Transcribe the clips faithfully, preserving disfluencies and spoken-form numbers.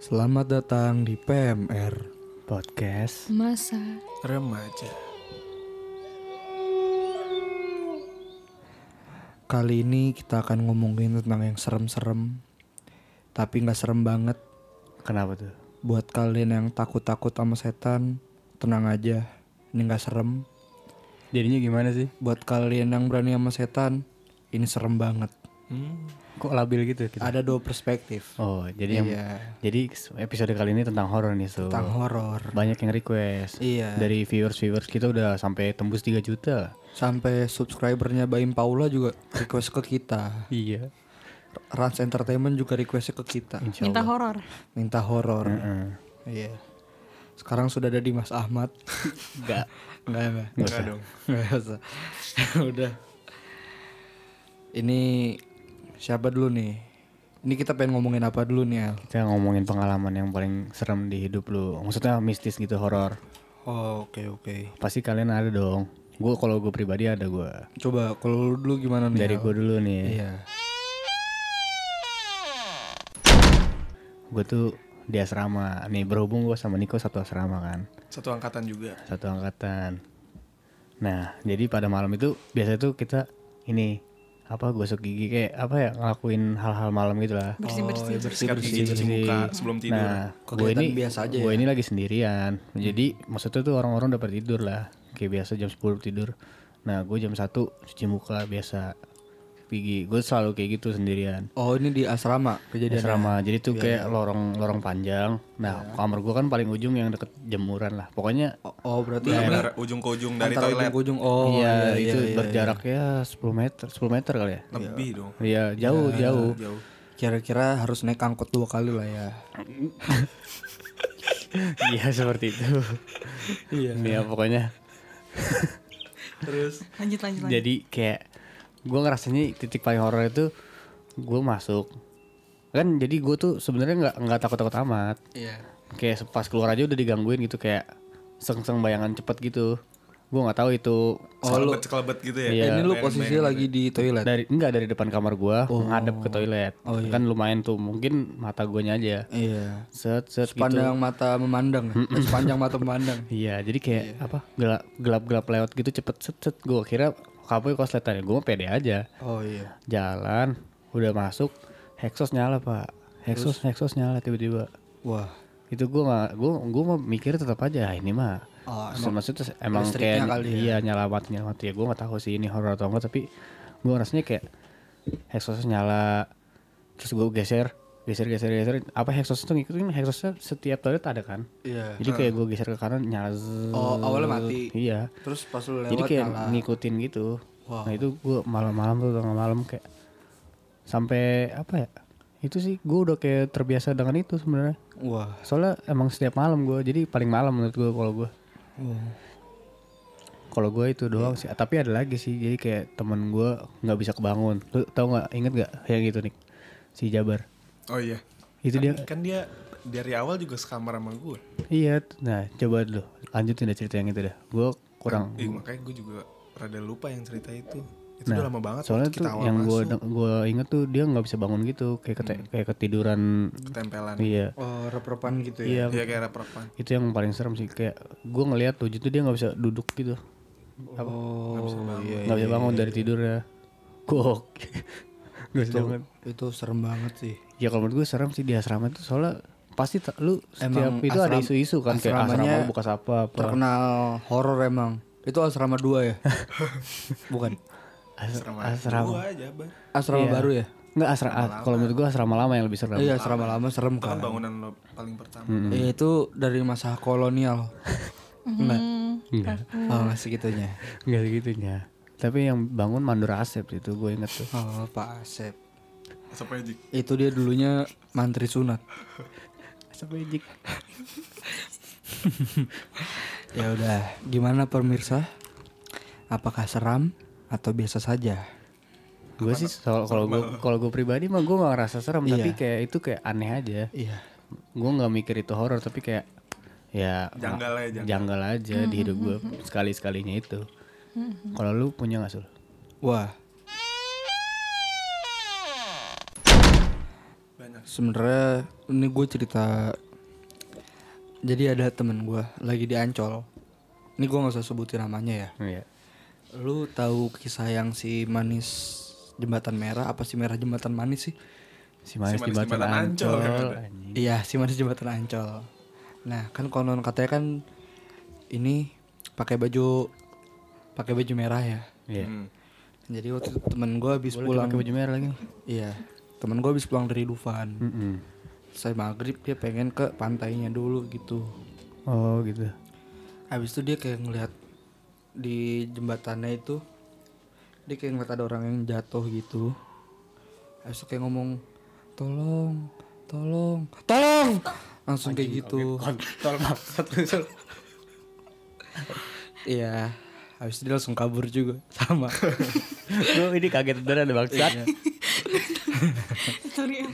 Selamat datang di P M R Podcast Masa Remaja. Kali ini kita akan ngomongin tentang yang serem-serem, tapi gak serem banget. Kenapa tuh? Buat kalian yang takut-takut sama setan, tenang aja, ini gak serem. Jadinya gimana sih? Buat kalian yang berani sama setan, ini serem banget. Hmm. Kok labil gitu kita? Ada dua perspektif. Oh, jadi yang Iya. jadi episode kali ini tentang horor nih, so. Tentang horor. Banyak yang request. Iya. Dari viewers-viewers kita udah sampai tembus tiga juta. Sampai subscribernya Baim Paula juga request ke kita. Iya. Rans Entertainment juga requestnya ke kita. Insya minta Allah. horor. Minta horor. Heeh. Iya. Sekarang sudah ada di Mas Ahmad. Enggak. Enggak, enggak. Enggak usah. dong. Enggak usah. Udah. Ini siapa dulu nih? Ini kita pengen ngomongin apa dulu nih, Al? Kita ngomongin pengalaman yang paling serem di hidup lu. Maksudnya mistis gitu, horor. Oh, oke oke. Pasti kalian ada dong. Gue kalau gue pribadi ada gue. Coba kalau lu dulu gimana nih? Dari Al? gue dulu nih. Iya. Gue tuh di asrama. Nih berhubung gue sama Niko satu asrama kan. Satu angkatan juga. Satu angkatan. Nah, jadi pada malam itu biasa tuh kita ini apa gosok gigi kayak apa ya ngelakuin hal-hal malam gitu lah. Bersih-bersih. Oh, ya, bersih Sikat bersih. gigi, cuci muka sebelum tidur. Nah, gue Kegiatan ini biasa aja gue ya? ini lagi sendirian. Jadi maksudnya tuh orang-orang udah pada tidur lah. Kayak biasa jam sepuluh tidur. Nah, gue jam satu cuci muka biasa. Gigi. Gue selalu kayak gitu sendirian. Oh, ini di asrama Di kejadiannya. asrama. Jadi tuh kayak lorong lorong panjang. Nah, kamar gue kan paling ujung yang deket jemuran lah. Pokoknya Oh, oh, berarti ini Benar-benar ujung ke ujung dari antara toilet. ujung ke ujung. Oh, iya, iya, itu iya, iya, berjarak ya sepuluh meter, sepuluh meter kali ya. Lebih dong. Iya, jauh, jauh. Jauh. Kira-kira harus naik angkot dua kali lah ya. Iya, seperti itu. Iya. Iya, pokoknya. Terus Lanjut lanjut lanjut. Jadi kayak gue ngerasanya titik paling horor itu gue masuk kan, jadi gue tuh sebenarnya nggak nggak takut takut amat. iya. Kayak pas keluar aja udah digangguin gitu, kayak seng-seng bayangan cepet gitu. Gue nggak tahu itu Sekelebet-sekelebet gitu ya. Iya. Ini lu Bayang-bayang posisinya gitu. lagi di toilet. dari enggak dari depan kamar gue ngadep ke toilet. Oh, iya. Kan lumayan tuh, mungkin mata guanya aja Iya. set set gitu. Sepanjang mata memandang. Eh, Sepanjang mata memandang. Iya, jadi kayak apa gelap gelap gelap lewat gitu cepet set set. Gue kira kabel kosletannya, gue pede aja. Oh iya. Jalan, udah masuk, hexos nyala pak, hexos hexos nyala tiba-tiba. Wah. Itu gue nggak, gue gue mau mikir tetap aja "Ah, ini mah. Oh, So, maksudnya emang listriknya kayak kali ya? iya nyala mati nyala mati ya, gue nggak tahu sih ini horor atau enggak, tapi gue rasanya kayak hexosnya nyala, terus gue geser geser geser geser apa hexos itu ngikutin hexosnya setiap toilet ada kan. Iya. Jadi kayak gue geser ke kanan nyala. zzz. Oh, awalnya mati. Iya. Terus pas lu lewat Jadi kayak nyala. ngikutin gitu. Wow. Nah itu gue malam-malam tuh tengah malam kayak sampai apa ya? Itu sih gue udah kayak terbiasa dengan itu sebenarnya. Wah. Soalnya emang setiap malam gue, jadi paling malam menurut gue kalau gue. Wow. Kalau gue itu doang sih. Tapi ada lagi sih. Jadi kayak temen gue nggak bisa kebangun. Lu tau nggak? Inget nggak yang gitu nih? Si Jabar. Oh iya. Itu kan, dia. Kan dia dari awal juga sekamar sama gue. Iya. Nah coba dulu lanjutin deh cerita yang itu dah. Gue kurang. Eh, makanya gue juga rada lupa yang cerita itu. Itu Nah, udah lama banget soalnya waktu tuh kita awal yang gue masuk. gue inget tuh dia nggak bisa bangun gitu, kayak kete- kayak ketiduran. Ketempelan. Iya. Oh, rep-repan gitu Iya. ya. Iya kayak rep-repan. Itu yang paling serem sih, kayak gue ngelihat tuh itu dia nggak bisa duduk gitu, Oh, iya. nggak bisa bangun dari tidur ya. Gok. Gak Itu, itu serem banget sih. Ya kalau menurut gue serem sih di asrama itu, soalnya pasti t- lu setiap Emang itu ada asram- isu-isu kan, kayak asramanya asrama buka apa apa. Terkenal horor emang. Itu asrama dua ya? Bukan. Asrama. Asrama. Asrama. Gua aja, Bar. Asrama Iya. baru ya? Nggak asrama. Kalau menurut gue asrama lama yang lebih serem. Iya, asrama lama serem Itu kan kan. bangunan lo paling pertama. Eh, itu dari masa kolonial. Enggak. Enggak. Oh, nggak segitunya. Enggak segitunya. Tapi yang bangun Mandor Asep itu gue inget tuh. Oh, Pak Asep. Asap Magic. Itu dia dulunya mantri sunat. Asep Magic. Ya udah, gimana pemirsa? Apakah seram atau biasa saja? Gue sih soal- kalau gue kalau gue pribadi mah gue gak ngerasa serem, Iya. tapi kayak itu kayak aneh aja. Iya. Gue nggak mikir itu horor, tapi kayak ya Janggal aja, janggal. janggal aja di hidup gue sekali sekalinya itu. Kalau lu punya nggak Sul? Wah, Banyak sebenarnya ini gue cerita. Jadi ada temen gue lagi di Ancol. Ini gue nggak usah sebutin namanya ya. Iya. Lu tahu kisah yang si manis jembatan merah, apa si merah jembatan manis sih? Si manis, Si manis jembatan jembatan Ancol, Ancol. kan ada. anjing. Iya, si manis jembatan Ancol. Nah, kan konon katanya kan ini pakai baju pakai baju merah ya. Iya. Hmm. Jadi waktu itu temen gue habis Boleh pulang. pakai baju merah lagi nih. Iya, temen gue habis pulang dari Dufan. Mm-mm. Selesai maghrib dia pengen ke pantainya dulu gitu. Oh gitu. Habis itu dia kayak ngeliat di jembatannya itu, dia kayak ngeliat ada orang yang jatuh gitu. Habis itu kayak ngomong, tolong, tolong, tolong, langsung kayak gitu. Kontol maksud. Iya, habis itu dia langsung kabur juga sama. Gue ini kaget beneran ada bangsat. Sorry.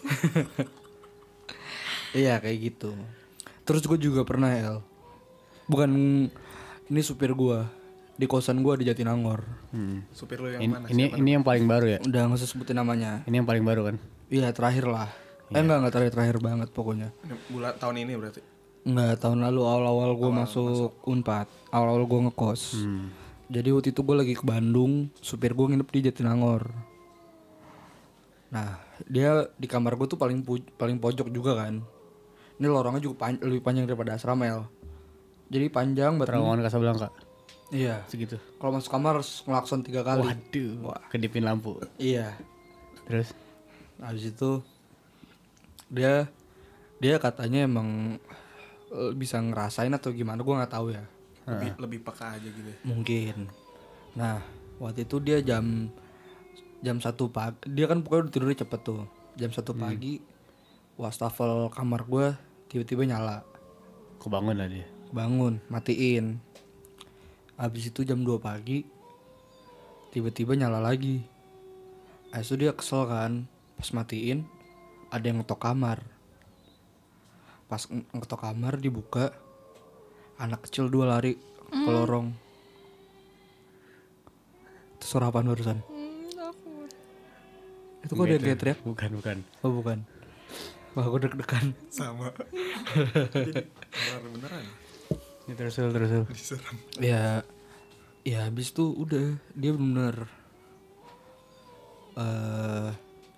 Iya kayak gitu. Terus gue juga pernah El, bukan ini supir gue di kosan gue di Jatinangor. Hmm. Supir lu yang Ini mana? ini, Siapa ini yang paling baru ya. Udah nggak usah sebutin namanya. Ini yang paling baru kan. Iya terakhir lah. Eh enggak enggak terakhir terakhir banget pokoknya. Ini bulan tahun ini berarti. Enggak, tahun lalu awal-awal gue masuk Unpad, awal-awal gue ngekos. Hmm. Jadi waktu itu gue lagi ke Bandung, supir gue nginep di Jatinangor. Nah, dia di kamar gue tuh paling pu- paling pojok juga kan. Ini lorongnya juga pan- lebih panjang daripada asrama El. Jadi panjang banget. Terowongan Casablanca. Iya. Segitu. Kalau masuk kamar harus ngelakson tiga kali. Waduh. Kedipin lampu. Iya. Terus Habis itu dia dia katanya emang eh, bisa ngerasain atau gimana gue nggak tahu ya. Lebih lebih peka aja gitu. ya. Mungkin. Nah, waktu itu dia jam jam satu pagi. Dia kan pokoknya udah tidurnya cepet tuh. Jam satu pagi, wastafel kamar gue tiba-tiba nyala. kebangun lah dia. Bangun, matiin. Habis itu jam dua pagi, tiba-tiba nyala lagi. Habis itu dia kesel kan, pas matiin, ada yang ngetok kamar. Pas ng- ngetok kamar dibuka, anak kecil dua lari ke lorong. Itu suara apaan barusan? Hmm, takut. Itu kok ada yang kayak teriak? Bukan, bukan. Oh bukan. Wah aku deg-degan. Sama. Jadi beneran beneran. Ini terus terus terus. Diserang. Ya, ya habis itu udah dia bener eh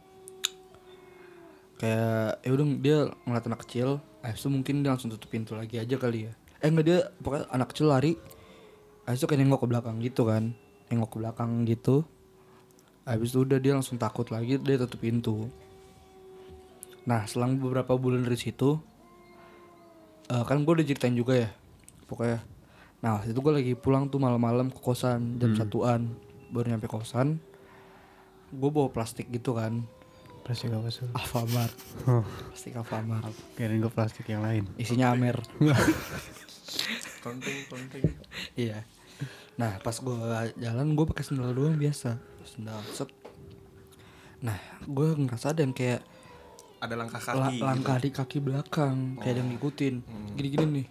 kayak ya udah dia ngeliat anak kecil, habis itu mungkin dia langsung tutup pintu lagi aja kali ya. Eh enggak, dia pokoknya anak kecil lari, habis itu kayak nengok ke belakang gitu kan, nengok ke belakang gitu. Habis itu udah dia langsung takut lagi, dia tutup pintu. Nah selang beberapa bulan dari situ, eh, kan gue udah ceritain juga ya, pokoknya. Nah waktu itu gue lagi pulang tuh malam-malam ke kosan jam satuan, baru nyampe kosan, gue bawa plastik gitu kan, Plastik apa sih? Alfamart, Oh, plastik Alfamart, kirain gue plastik yang lain. isinya Amer. Konting konting. Iya. Nah pas gue jalan gue pakai sendal doang biasa, sendal set. Nah gue ngerasa ada yang kayak Ada langkah la- kaki. langkah di kaki belakang, kayak ada yang ngikutin, gini-gini nih.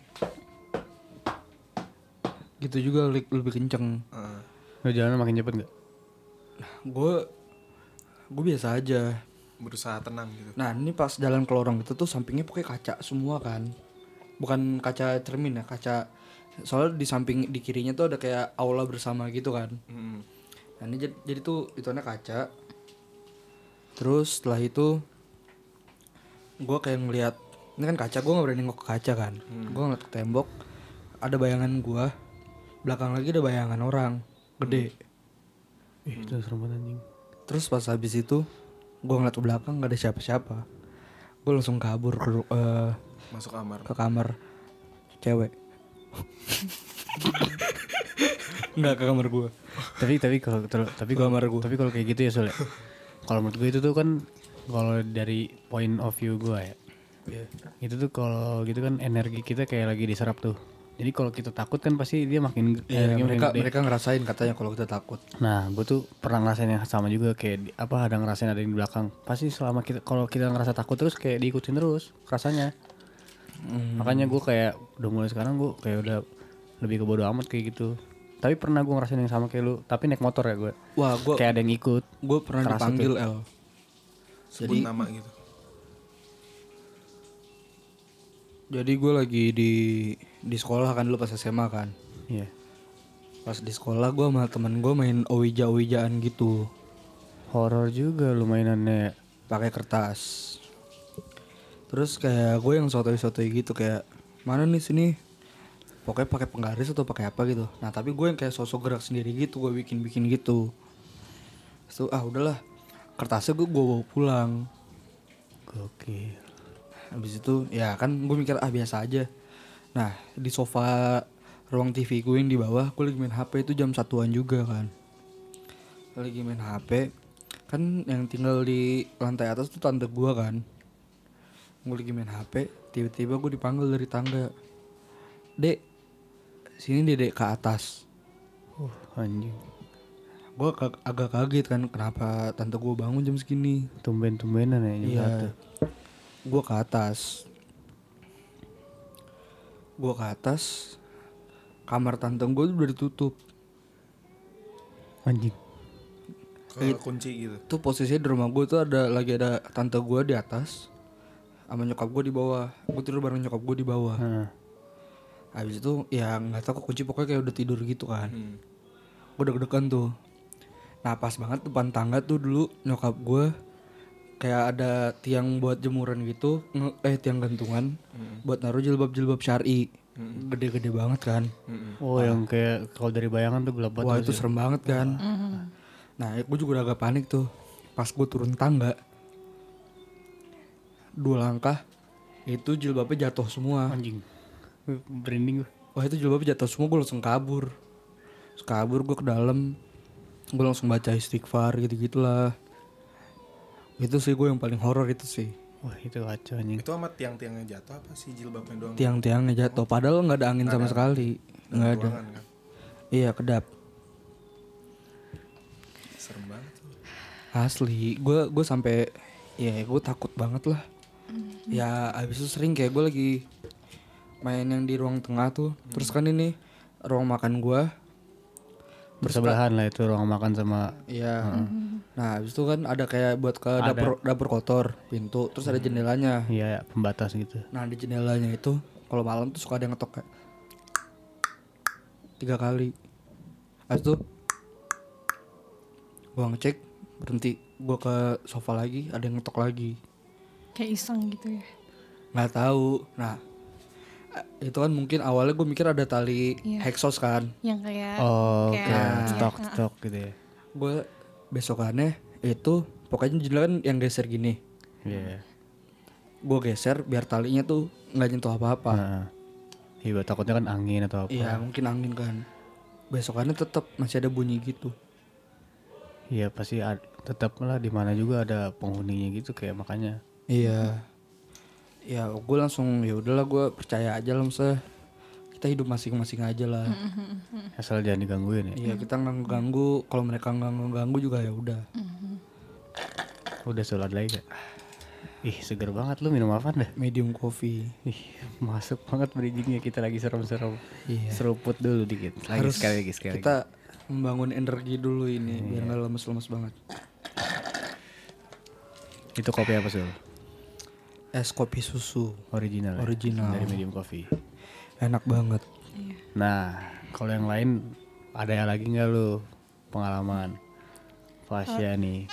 Gitu juga li- lebih kenceng. Gitu. Heeh. Lo jalan makin cepet nggak? Gue gue biasa aja. Berusaha tenang gitu. Nah ini pas jalan ke lorong itu tuh sampingnya pokoknya kaca semua kan, bukan kaca cermin ya, kaca. Soalnya di samping di kirinya tuh ada kayak aula bersama gitu kan. Mm. Nah ini jadi, jadi tuh ituannya kaca. Terus setelah itu gue kayak ngeliat, ini kan kaca, gue nggak berani nengok ke kaca kan. Gue ngeliat ke tembok, ada bayangan gue, belakang lagi ada bayangan orang gede. Ih, itu serem banget anjing. Terus pas habis itu gue ngeliat ke belakang nggak ada siapa-siapa, gue langsung kabur ke, ru- eh, Masuk kamar. ke kamar cewek. Nggak ke kamar gue. Tapi tapi kalau terl- tapi kalau Gambar gua. tapi kalau kayak gitu ya soalnya. Kalau menurut gue itu tuh kan kalau dari point of view gue ya. Itu tuh kalau gitu kan energi kita kayak lagi diserap tuh. Jadi kalau kita takut kan pasti dia makin Iya, energinya makin mereka gede. mereka ngerasain katanya kalau kita takut. Nah, gue tuh pernah ngerasain yang sama juga kayak di- apa ada ngerasain ada yang di belakang. Pasti selama kita kalau kita ngerasa takut terus kayak diikutin terus rasanya. Makanya gue kayak udah mulai sekarang gue kayak udah lebih ke bodo amat kayak gitu. Tapi pernah gue ngerasain yang sama kayak lu, tapi naik motor ya gue. Wah gue Kayak ada yang ikut. gue pernah Kerasa dipanggil L. Sebut Jadi- nama gitu. Jadi gue lagi di di sekolah kan dulu pas S M A kan. Iya. Pas di sekolah gue sama temen gue main owija-owijaan gitu. Horor juga lu mainannya. Pakai kertas. Terus kayak gue yang sotoy-sotoy gitu kayak mana nih sini. Pokoknya pakai penggaris atau pakai apa gitu. Nah tapi gue yang kayak sosok gerak sendiri gitu, gue bikin-bikin gitu. Terus ah udahlah, kertasnya gue gue bawa pulang. Gokil. Habis itu ya kan gue mikir ah biasa aja. Nah di sofa ruang T V gue yang di bawah, gue lagi main H P itu jam satuan juga kan. Lagi main H P, kan yang tinggal di lantai atas tuh tante gue kan. Gue lagi main H P, tiba-tiba gue dipanggil dari tangga. Dek, sini dedek ke atas. Uh, anjing. Gue ka- agak kaget kan kenapa tante gue bangun jam segini. Tumben-tumbenan ya jam Iya. satu. Gue ke atas. Gue ke atas. Kamar tante gue udah ditutup. Anjing. Ke kunci gitu. Tuh posisinya di rumah gue tuh ada lagi ada tante gue di atas, sama nyokap gue di bawah. Gue tidur bareng nyokap gue di bawah. Heeh. Habis itu ya nggak tahu kok kunci pokoknya kayak udah tidur gitu kan. Hmm. Gue deg-degan tuh. Nah pas banget depan tangga tuh dulu nyokap gue kayak ada tiang buat jemuran gitu, nge- eh tiang gantungan buat naruh jilbab-jilbab syar'i. Gede-gede banget kan. Oh, yang kayak kalau dari bayangan tuh gelap Wah banget. itu serem banget kan. Nah gue juga udah agak panik tuh. Pas gue turun tangga, dua langkah itu jilbabnya jatuh semua. Anjing. Merinding gue. Wah itu jilbabnya jatuh semua, gue langsung kabur. Terus kabur gue ke dalam, gue langsung baca istighfar gitu-gitulah. Itu sih gue yang paling horor itu sih. Wah, itu kacau anjing. Itu sama tiang-tiangnya jatuh apa sih jilbabnya doang? Tiang-tiangnya jatuh, padahal nggak ada angin sama sekali, nggak ada. Ruangan kan. Iya kedap. Serem banget tuh. Asli, gue gue sampai ya gue takut banget lah. Ya abis itu sering kayak gue lagi main yang di ruang tengah tuh. Terus kan ini ruang makan gue. Bersebelahan lah itu ruang makan sama. Iya. Nah abis itu kan ada kayak buat ke dapur dapur kotor pintu. Terus ada jendelanya. Iya, pembatas gitu. Nah di jendelanya itu kalau malam tuh suka ada yang ngetok kayak tiga kali. Abis itu gue ngecek berhenti, gue ke sofa lagi ada yang ngetok lagi. Kayak iseng gitu ya. Nggak tahu. Nah eh, itu kan mungkin awalnya gue mikir ada tali Iya. heksos kan. Yang kayak Oh, kayak- kayak iya. stok-stok gitu ya. Gue besokannya itu pokoknya jendela kan yang geser gini. Iya. Gue geser biar talinya tuh nggak nyentuh apa-apa. Heeh. Iya, takutnya kan angin atau apa. Iya mungkin angin kan. Besokannya tetap masih ada bunyi gitu. Iya, pasti ad- tetap lah di mana juga ada penghuninya gitu kayak makanya. Iya. Ya gue langsung ya udahlah gue percaya aja lah, maksudnya kita hidup masing-masing aja lah. Asal jangan digangguin ya. Iya kita nggak ganggu, kalau mereka nggak ganggu juga ya udah. Udah sholat lagi gak? Ih, seger banget lu minum apa dah? Medium coffee. Ih, masuk banget bridgingnya, kita lagi serem-serem. Iya. Seruput dulu dikit. Lagi Harus sekali lagi sekali. kita membangun energi dulu ini biar nggak lemes-lemes banget. lagi. Itu kopi apa sih? Es kopi susu Original. ya? Original. Dari medium coffee. enak banget. Nah, kalau yang lain ada yang lagi nggak lu pengalaman? Fasya nih.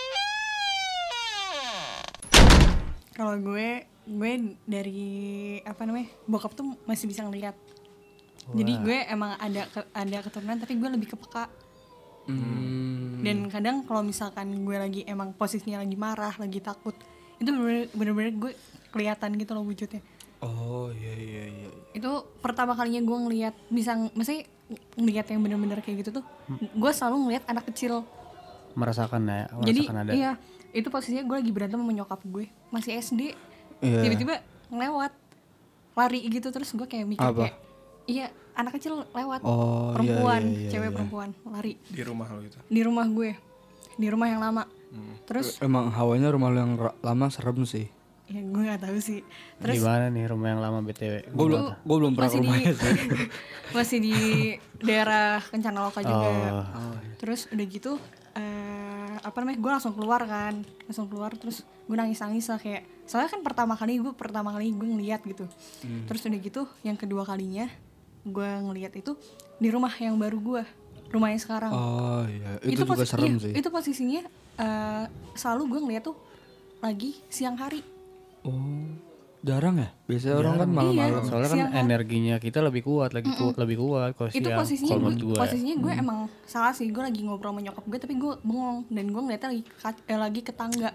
kalau gue gue dari apa namanya bokap tuh masih bisa ngeliat. Jadi gue emang ada ke- ada keturunan tapi gue lebih kepeka. Hmm. Dan kadang kalau misalkan gue lagi emang posisinya lagi marah, lagi takut, itu bener-bener, bener-bener gue kelihatan gitu loh wujudnya. Oh iya iya iya. Itu pertama kalinya gue ngelihat bisa, maksudnya ngelihat yang bener-bener kayak gitu tuh, gue selalu ngelihat anak kecil. Merasakan ya, merasakan Jadi ada. iya, itu posisinya gue lagi berantem sama nyokap gue, masih S D, Iya. tiba-tiba ngelewat, lari gitu, terus gue kayak mikir Apa? kayak, iya anak kecil lewat, Oh, iya, perempuan, iya, iya, cewek iya. perempuan lari Di rumah lo gitu. di rumah gue, di rumah yang lama. Terus Emang hawanya rumah lu yang ra- lama serem sih. ya gue nggak tahu sih. Terus Di mana nih rumah yang lama B T W? Gue belum gue belum pernah ke masih di rumahnya sih. masih di daerah Kencana Loka juga. Oh. Terus udah gitu eh, apa namanya gue langsung keluar kan langsung keluar terus gue nangis nangis lah kayak soalnya kan pertama kali gue pertama kali gue ngeliat gitu hmm. Terus udah gitu yang kedua kalinya gue ngeliat itu di rumah yang baru gue rumah yang sekarang. Oh iya itu, itu juga posi- serem iya, sih. Itu posisinya uh, selalu gue ngeliat tuh lagi siang hari. Oh jarang ya biasanya Jarang. orang kan malam-malam. Iya. Soalnya kan Siang kan. energinya kita lebih kuat, lagi kuat, lebih kuat kalau Itu siang. posisinya Kalau gue, menurut gue. posisinya gue emang salah sih gue lagi ngobrol sama nyokap gue tapi gue bengong dan gue ngeliatnya lagi ka- eh, lagi ke tangga.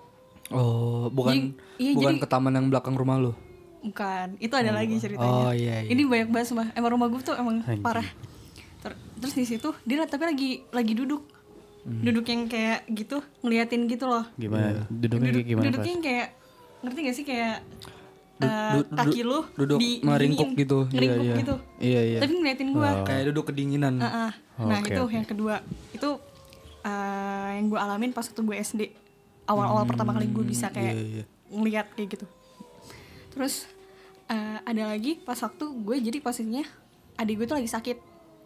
Oh bukan Jadi- iya, bukan jadi- ke taman yang belakang rumah lu. Bukan, itu ada lagi ceritanya. Oh, iya, iya. Ini banyak banget mah. Emang rumah gue tuh emang Anjing. parah. Ter- terus di situ dia tapi lagi lagi duduk, duduk yang kayak gitu ngeliatin gitu loh. Gimana? Duduknya Duduk, kayak gimana duduknya pas? yang kayak ngerti gak sih kayak Du- eh, du- du- kaki lu duduk di meringkuk diginiin. gitu. Iya, Ngeringkuk iya. gitu. Iya, iya. Tapi ngeliatin gue. Oh. Kayak duduk kedinginan. Nah Oke, itu oke. yang kedua itu eh, yang gue alamin pas waktu gue S D awal-awal pertama kali gue bisa kayak iya, iya. ngeliat kayak gitu. Terus eh, ada lagi pas waktu gue jadi posisinya adik gue tuh lagi sakit.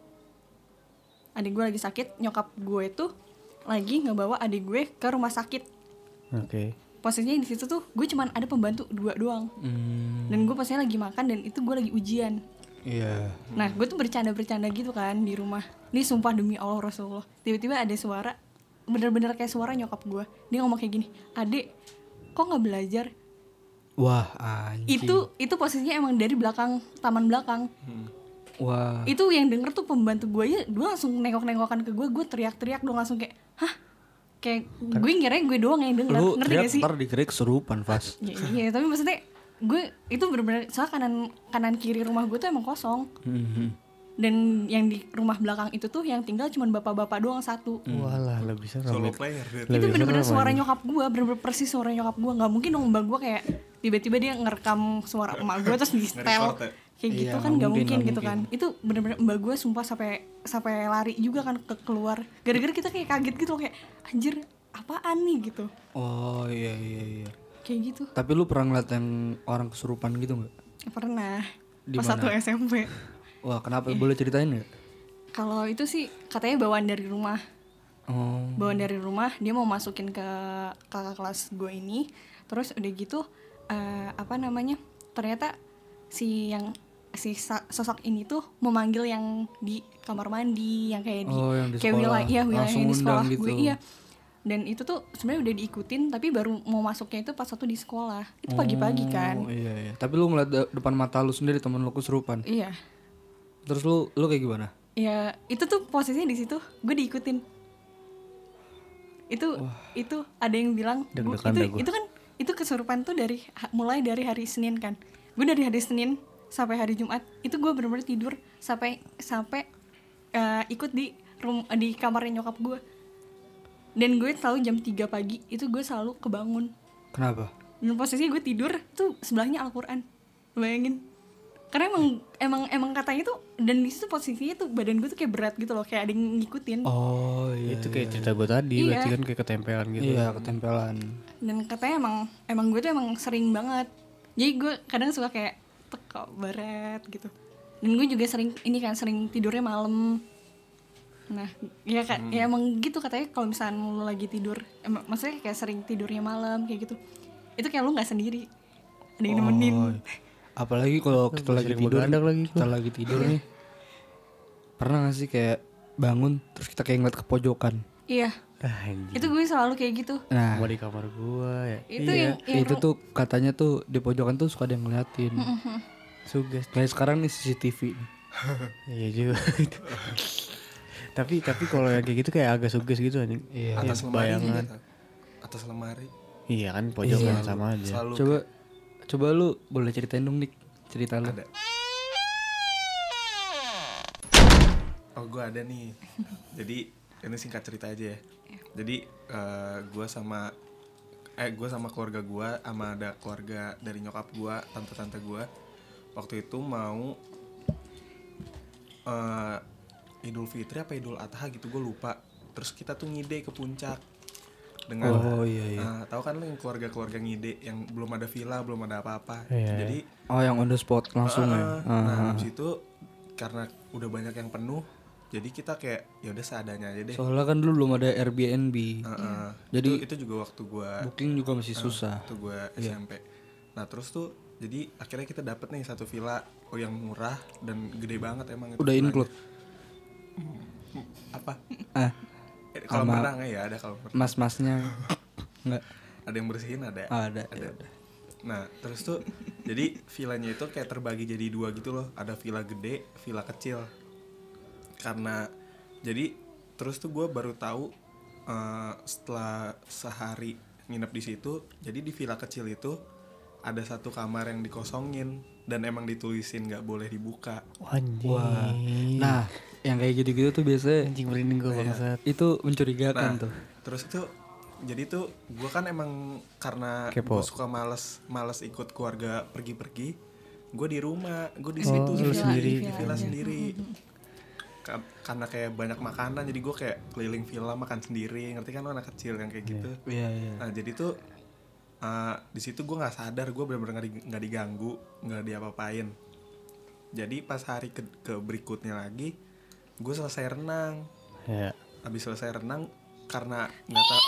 Adik gue lagi sakit, nyokap gue tuh lagi ngebawa adik gue ke rumah sakit. Oke. Posisinya di situ tuh gue cuman ada pembantu dua doang. Hmm, Dan gue posisinya lagi makan dan itu gue lagi ujian. iya. Nah gue tuh bercanda-bercanda gitu kan di rumah. Ini sumpah demi Allah Rasulullah. Tiba-tiba ada suara, bener-bener kayak suara nyokap gue. Dia ngomong kayak gini, "Adek, kok gak belajar?" Wah anjing. Itu itu posisinya emang dari belakang, taman belakang. Wah. Itu yang denger tuh pembantu gue ya, dia langsung nengok-nengokan ke gue. Gue teriak-teriak dong langsung kayak, "Hah?" Kayak gue ngirain gue doang yang denger. Lu Ngerti teriak gak sih? ntar dikira kesurupan Fas. Ya, iya, tapi maksudnya gue itu bener-bener soalnya kanan kanan kiri rumah gue tuh emang kosong. Mhm. Dan yang di rumah belakang itu tuh yang tinggal cuma bapak-bapak doang satu. Walah, lebih serem. Solo ya. player dia. Itu Lebih bener-bener serem suara aja. nyokap gue, bener-bener persis suara nyokap gue. Nggak mungkin dong mbak gue kayak tiba-tiba dia ngerekam suara emak gue terus di setel Nge-record ya? kayak Iya, gitu kan nggak nggak mungkin, mungkin, nggak gitu kan. Itu bener-bener mbak gue sumpah sampai sampai lari juga kan ke keluar. Gara-gara kita kayak kaget gitu loh, kayak anjir apaan nih gitu. Oh iya iya iya. Kayak gitu. Tapi lu pernah ngeliat yang orang kesurupan gitu nggak? Pernah Di pas mana? satu S M P. Wah kenapa? Boleh ceritain nggak? Kalau itu sih katanya bawaan dari rumah. Oh. Bawaan dari rumah, dia mau masukin ke kakak kelas gue ini. Terus udah gitu eh, apa namanya, ternyata si yang si sa- sosok ini tuh memanggil yang di kamar mandi, yang kayak di, Oh, yang di kayak sekolah. wilayah, iya wilayah Langsung yang di sekolah undang gue, gitu. iya. Dan itu tuh sebenarnya udah diikutin, tapi baru mau masuknya itu pas waktu di sekolah. Itu pagi-pagi kan. Oh iya iya. Tapi lu ngeliat de- depan mata lu sendiri temen lu kesurupan. Iya. Terus lu lu kayak gimana? Ya itu tuh posisinya di situ, gue diikutin. Itu itu ada yang bilang gua- Deg-degan itu dah gua. itu kan itu kesurupan tuh dari ha- mulai dari hari Senin kan. Gue dari hari Senin sampai hari Jumat itu gue benar-benar tidur sampai sampai eh, ikut di rum di kamarnya nyokap gue. Dan gue selalu jam tiga pagi itu gue selalu kebangun. Kenapa? Dan posisinya gue tidur tuh sebelahnya Al-Qur'an. Bayangin. Karena emang emang emang katanya tuh dan di situ posisinya tuh badan gue tuh kayak berat gitu loh, kayak ada yang ngikutin. Oh iya. Itu kayak cerita gue tadi, Iya. berarti kan kayak ketempelan gitu. Iya ketempelan. Dan katanya emang emang gue tuh emang sering banget. Jadi gue kadang suka kayak teko berat gitu. Dan gue juga sering ini kan sering tidurnya malam. Nah, ya kan ya emang gitu katanya kalau misalnya lu lagi tidur, emang, maksudnya kayak sering tidurnya malam kayak gitu. Itu kayak lu nggak sendiri. Ada yang nemenin. Oh, apalagi kalau kita lagi sering tidur, begadang lagi kita lagi tidur nih. Pernah gak sih kayak bangun terus kita kayak ngeliat ke pojokan? Iya. Ah, anjing. Itu gue selalu kayak gitu. Nah, Mau di kamar gua ya. Itu iya, yang, yang itu tuh katanya tuh di pojokan tuh suka ada yang ngeliatin. Suges. Kayak sekarang nih C C T V nih. Iya juga. tapi tapi kalau yang kayak gitu kayak agak suges gitu anjing. Iya. Atas lemari bayangan. juga. Atas lemari. Iya kan pojok Iya. yang sama aja. Selalu Coba coba lu boleh ceritain dong Nik, cerita lu. ada. Oh gue ada nih. Jadi ini singkat cerita aja ya. Jadi eh, gue sama eh gue sama keluarga gue sama ada keluarga dari nyokap gue, tante-tante gue waktu itu mau eh, Idul Fitri apa Idul Adha gitu gue lupa. Terus kita tuh ngide ke puncak dengan Oh iya iya. Nah, tahu kan lo yang keluarga-keluarga ngide yang belum ada villa, belum ada apa-apa. Iya. Jadi Oh yang on the spot langsung ya. uh, Ah, nah, ah. habis itu karena udah banyak yang penuh, Jadi kita kayak ya udah seadanya aja deh. Soalnya kan dulu belum ada Airbnb. Uh-uh. Jadi- itu, itu juga waktu gue Booking juga masih susah. waktu gue S M P. Nah terus tuh jadi akhirnya kita dapet nih satu villa oh yang murah dan gede banget emang itu Udah villanya. include. Apa? Ah, Eh, kalau Sama- berenang ya ada kalau berenang. mas-masnya enggak Ada yang bersihin ada. ada. Ada. Ya udah. Nah terus tuh jadi villanya itu kayak terbagi jadi dua gitu loh. Ada villa gede, villa kecil. Karena jadi terus tuh gue baru tahu eh, setelah sehari nginep di situ. Jadi di villa kecil itu ada satu kamar yang dikosongin dan emang ditulisin nggak boleh dibuka. Anjing. Wah. Nah, yang kayak gitu-gitu tuh biasanya Anjing merinding gue bangsat. itu mencurigakan Nah, tuh. terus itu jadi tuh gue kan emang karena Kepo. gue suka males males ikut keluarga pergi-pergi, gue di rumah, gue di Oh, situ lu sendiri, sendiri. di villa aja. sendiri. Ka- karena kayak banyak makanan, jadi gue kayak keliling villa makan sendiri, ngerti kan lo anak kecil yang kayak gitu. Iya, iya. Nah jadi tuh uh, di situ gue nggak sadar gue benar-benar nggak di- nggak diganggu, nggak diapa-apain. Jadi pas hari ke, ke berikutnya lagi, gue selesai renang. Ya. Habis selesai renang karena nggak tahu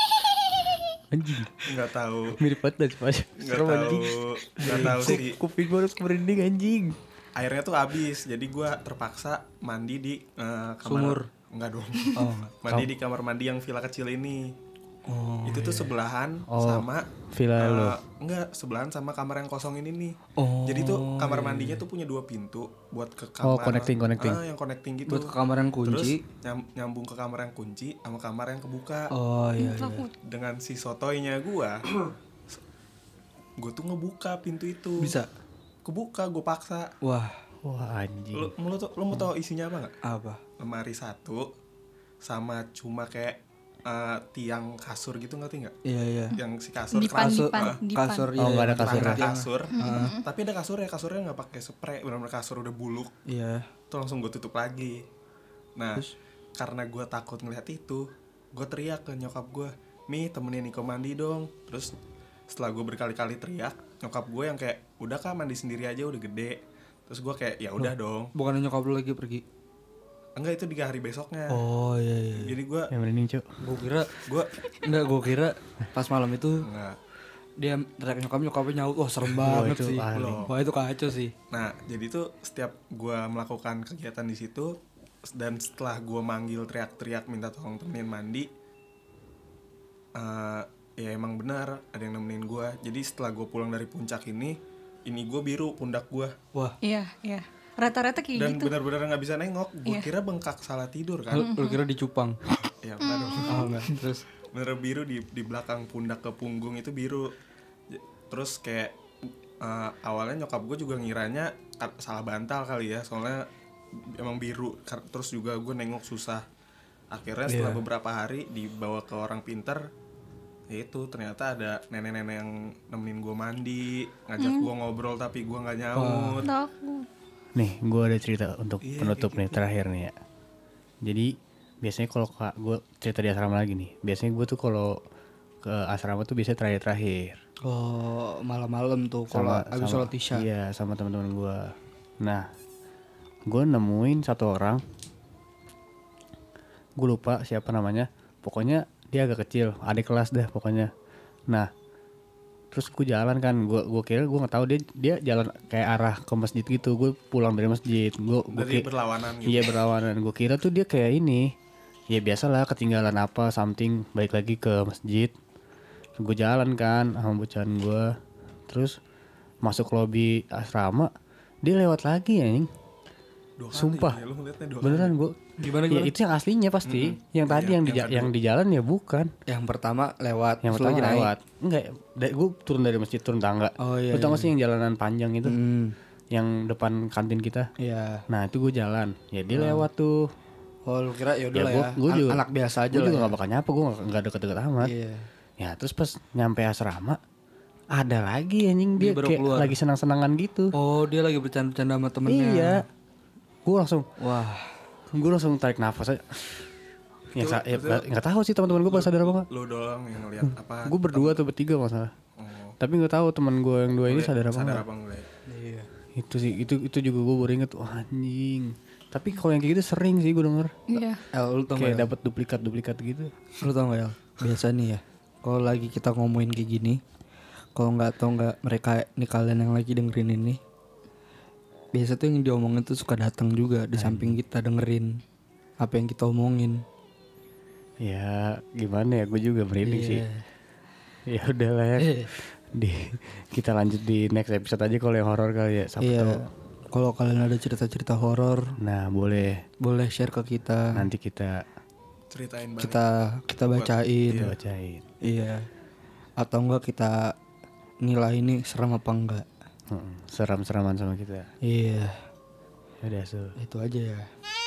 Anjing. nggak tahu Mirip banget dari Mas. nggak tahu nggak tahu sih Kuping gue harus merinding anjing. airnya tuh habis jadi gue terpaksa mandi di uh, kamar Sumur. enggak dong Oh, enggak. mandi di kamar mandi yang villa kecil ini. Oh. Itu tuh sebelahan Oh, sama villa uh, lu. enggak sebelahan sama kamar yang kosong ini nih. Oh, Jadi tuh kamar mandinya tuh punya dua pintu buat ke Oh, kamar. connecting, connecting. Ah, yang connecting gitu. Buat ke kamar yang kunci. Terus nyam- nyambung ke kamar yang kunci sama kamar yang kebuka. Oh iya, iya. Takut. Dengan si sotoynya gua, gua tuh ngebuka pintu itu. Bisa. Kebuka, gua paksa. Wah, Wah anjing. Lu, lu, tuh- lu mau tau isinya apa nggak? apa? Lemari satu sama cuma kayak eh, tiang kasur gitu, ngerti nggak? Iya, iya. Yang si kasur Dipan, kasur, dipan, ah, dipan. Kasur Oh, nggak ada kasur. tangga Kasur. kasur. Tapi ada kasurnya, kasurnya nggak pakai spray, benar-benar kasur udah buluk. Iya. Tuh langsung gue tutup lagi. Nah, karena gue takut ngeliat itu, gue teriak ke nyokap gue, "Mi, temenin Niko mandi dong." Terus setelah gue berkali-kali teriak, nyokap gue yang kayak, "Udah Kak, mandi sendiri aja, udah gede." Terus gue kayak, "Ya udah dong." Bukan nyokap lu lagi pergi. Enggak, itu di hari besoknya. Oh iya, iya. Jadi gue, Yang merinding cuk. Gue kira gue enggak, gue kira pas malam itu enggak. dia teriak nyokap, nyokapnya nyaut. Wah, serem Wah, banget itu sih. ahli. Wah, itu kacau sih. Nah, jadi tuh setiap gue melakukan kegiatan di situ dan setelah gue manggil teriak-teriak minta tolong temenin mandi, eh, ya emang benar ada yang nemenin gue. Jadi setelah gue pulang dari puncak ini, ini gue biru pundak gue Wah, Iya, iya. Rata-rata kayak dan gitu. benar-benar nggak bisa nengok. Gue Iya. kira bengkak salah tidur kan. lu, lu kira dicupang. Ya enggak dong. Oh, enggak. Terus Bener biru di di belakang pundak ke punggung itu biru. J- Terus kayak eh, awalnya nyokap gue juga ngiranya ka- salah bantal kali ya, soalnya emang biru. Kar- Terus juga gue nengok susah. Akhirnya setelah Iya. beberapa hari dibawa ke orang pinter, ya itu ternyata ada nenek-nenek yang nemenin gue mandi, ngajak gue ngobrol tapi gue nggak nyaut. Takut. Nih, gue ada cerita untuk Iya, penutup kayak nih terakhir nih ya. Jadi biasanya kalau kak gue cerita di asrama lagi nih, biasanya gue tuh kalau ke asrama tuh biasanya terakhir-terakhir. oh, malam-malam tuh kalau Sama- habis sama- sholat isya. Iya, sama teman-teman gue. Nah, gue nemuin satu orang, gue lupa siapa namanya. Pokoknya dia agak kecil, adik kelas dah pokoknya. Nah, terus gue jalan kan, gue gue kira gue nggak tahu dia dia jalan kayak arah ke masjid gitu. Gue pulang dari masjid, gue gue Dari berlawanan gitu. iya berlawanan. Gue kira tuh dia kayak ini, ya biasalah ketinggalan apa something, balik lagi ke masjid. Gue jalan kan sama bocahan gue, terus masuk lobi asrama, dia lewat lagi anjing. Dua kali, Sumpah. ya, lu ngeliatnya dua Beneran gue. Gimana, Ya gimana? itu yang aslinya pasti. Yang tadi Iya, yang di yang ja- kedua. yang di jalan ya bukan. Yang pertama lewat, Yang terus pertama lagi naik. lewat. Enggak, gue turun dari masjid turun tangga. Oh, iya, Lu tau iya. gak sih yang jalanan panjang itu? Hmm, Yang depan kantin kita. iya. Nah, itu gue jalan. Ya dia lewat tuh. Oh, lu kira ya udah Ya lah gue ya. gue An- juga anak biasa aja gue lah. juga ya. gak bakal nyapa, gue gak, gak deket-deket amat. Iya. Ya terus pas nyampe asrama, ada lagi anjing dia, Dia baru kayak keluar. lagi senang-senangan gitu. Oh, dia lagi bercanda-bercanda sama temennya. Iya. Gue langsung Wah, gue langsung tarik nafas aja. Ya, Itu- sa- ya itu- nggak nggak tahu sih teman-teman gue pada sadar apa nggak. Lu doang yang ngeliat apa? Gue berdua atau bertiga masalah. Oh, Tapi nggak tahu teman gue yang dua ini ngeliat- sadar apa sadar nggak. apa enggak? iya. Itu sih itu itu juga gue baru inget, wah anjing. Tapi kalau yang kayak gitu sering sih gue denger. Iya. El, lu tau Kayak gak El? dapat duplikat-duplikat gitu. Lu tau gak El? Biasa nih ya, kalau lagi kita ngomongin kayak gini, kalau nggak tau nggak mereka nih kalian yang lagi dengerin ini, biasa tuh yang diomongin tuh suka datang juga di samping kita dengerin apa yang kita omongin. Ya gimana ya, gue juga merinding sih. Ya udahlah ya. Eh. Di kita lanjut di next episode aja kalau yang horor kali ya. Siapa Iya. tahu. Kalau kalian ada cerita-cerita horor, Nah boleh boleh share ke kita. nanti kita Ceritain bareng. Kita kita bacain. kita bacain. Iya. Atau enggak kita nilai ini serem apa enggak. Heeh, seram-seraman sama kita. Iya. Ya udah so. Itu aja ya.